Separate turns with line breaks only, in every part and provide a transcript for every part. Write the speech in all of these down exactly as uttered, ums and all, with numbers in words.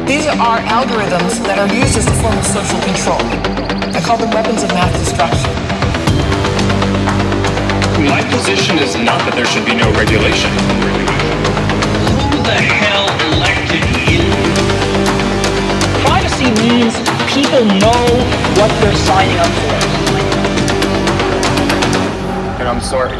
These are algorithms that are used as a form of social control. I call them weapons of mass destruction.
My position is not that there should be no regulation.
Who the hell elected you?
Privacy means people know what they're signing up for.
And I'm sorry.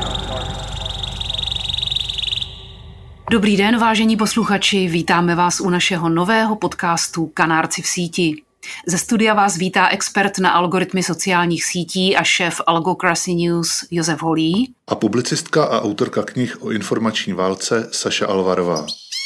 Dobrý den, vážení posluchači, vítáme vás u našeho nového podcastu Kanárci v síti. Ze studia vás vítá expert na algoritmy sociálních sítí a šéf Algocracy News Josef Holý.
A publicistka a autorka knih o informační válce Saša Alvarová.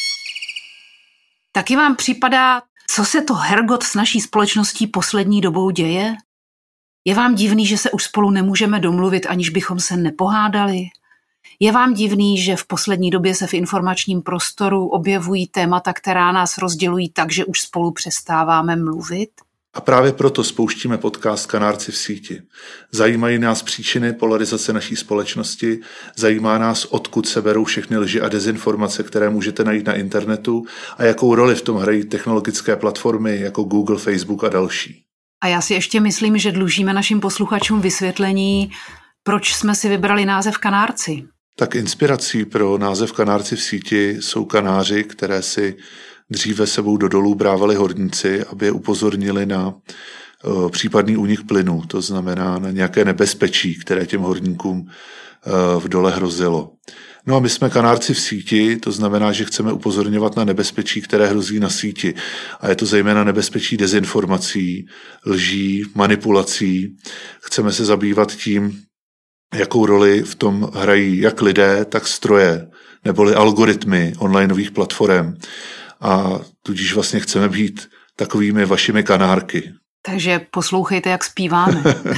Taky vám připadá, co se to hergot s naší společností poslední dobou děje? Je vám divný, že se už spolu nemůžeme domluvit, aniž bychom se nepohádali? Je vám divný, že v poslední době se v informačním prostoru objevují témata, která nás rozdělují tak, že už spolu přestáváme mluvit?
A právě proto spouštíme podcast Kanárci v síti. Zajímají nás příčiny polarizace naší společnosti, zajímá nás, odkud se berou všechny lži a dezinformace, které můžete najít na internetu a jakou roli v tom hrají technologické platformy jako Google, Facebook a další.
A já si ještě myslím, že dlužíme našim posluchačům vysvětlení, proč jsme si vybrali název Kanárci.
Tak inspirací pro název Kanárci v síti jsou kanáři, které si dříve sebou do dolů brávali horníci, aby je upozornili na uh, případný únik plynu, to znamená na nějaké nebezpečí, které těm horníkům uh, v dole hrozilo. No a my jsme kanárci v síti, to znamená, že chceme upozorňovat na nebezpečí, které hrozí na síti. A je to zejména nebezpečí dezinformací, lží, manipulací. Chceme se zabývat tím, jakou roli v tom hrají jak lidé, tak stroje, neboli algoritmy onlineových platform. A tudíž vlastně chceme být takovými vašimi kanárky.
Takže poslouchejte, jak zpíváme.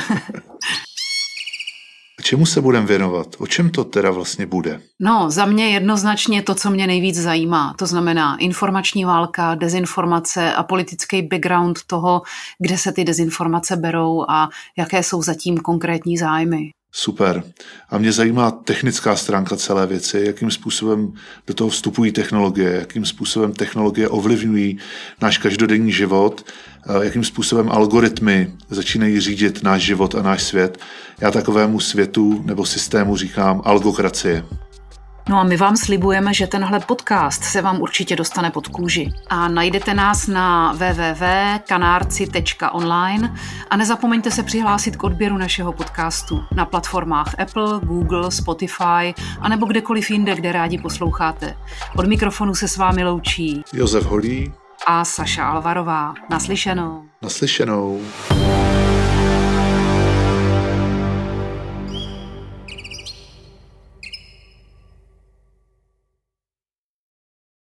Čemu se budeme věnovat? O čem to teda vlastně bude?
No, za mě jednoznačně to, co mě nejvíc zajímá. To znamená informační válka, dezinformace a politický background toho, kde se ty dezinformace berou a jaké jsou zatím konkrétní zájmy.
Super. A mě zajímá technická stránka celé věci, jakým způsobem do toho vstupují technologie, jakým způsobem technologie ovlivňují náš každodenní život, jakým způsobem algoritmy začínají řídit náš život a náš svět. Já takovému světu nebo systému říkám algokracie.
No a my vám slibujeme, že tenhle podcast se vám určitě dostane pod kůži. A najdete nás na w w w tečka kanárci tečka online a nezapomeňte se přihlásit k odběru našeho podcastu na platformách Apple, Google, Spotify a nebo kdekoliv jinde, kde rádi posloucháte. Od mikrofonu se s vámi loučí
Josef Holý
a Saša Alvarová. Naslyšenou.
Naslyšenou.